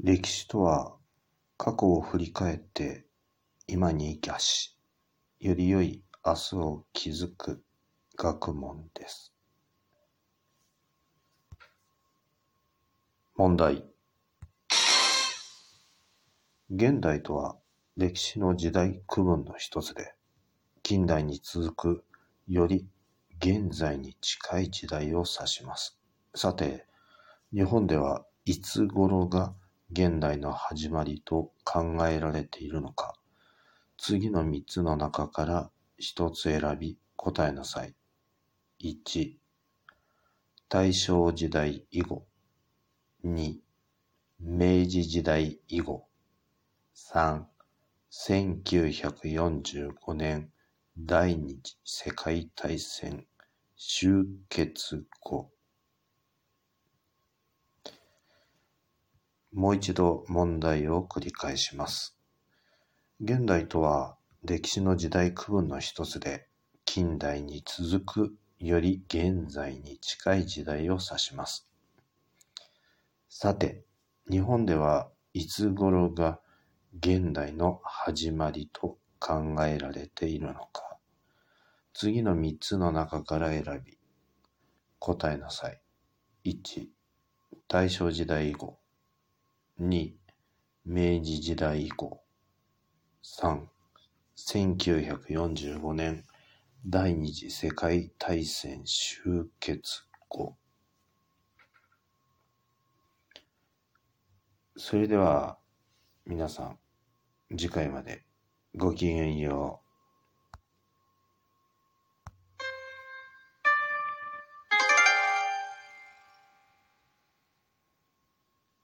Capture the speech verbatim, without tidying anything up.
歴史とは過去を振り返って今に生かし、より良い明日を築く学問です。問題。現代とは歴史の時代区分の一つで、近代に続くより現在に近い時代を指します。さて、日本ではいつ頃が現代の始まりと考えられているのか、次のみっつの中からひとつ選び答えなさい。いち、大正時代以後。に、明治時代以後。さん、せんきゅうひゃくよんじゅうごねん第二次世界大戦終結後。もう一度問題を繰り返します。現代とは歴史の時代区分の一つで、近代に続くより現在に近い時代を指します。さて、日本ではいつ頃が現代の始まりと考えられているのか、次のみっつの中から選び答えなさい。いち、大正時代以後。に、明治時代以後。さん、せんきゅうひゃくよんじゅうごねん第二次世界大戦終結後。それでは皆さん、次回までごきげんよう。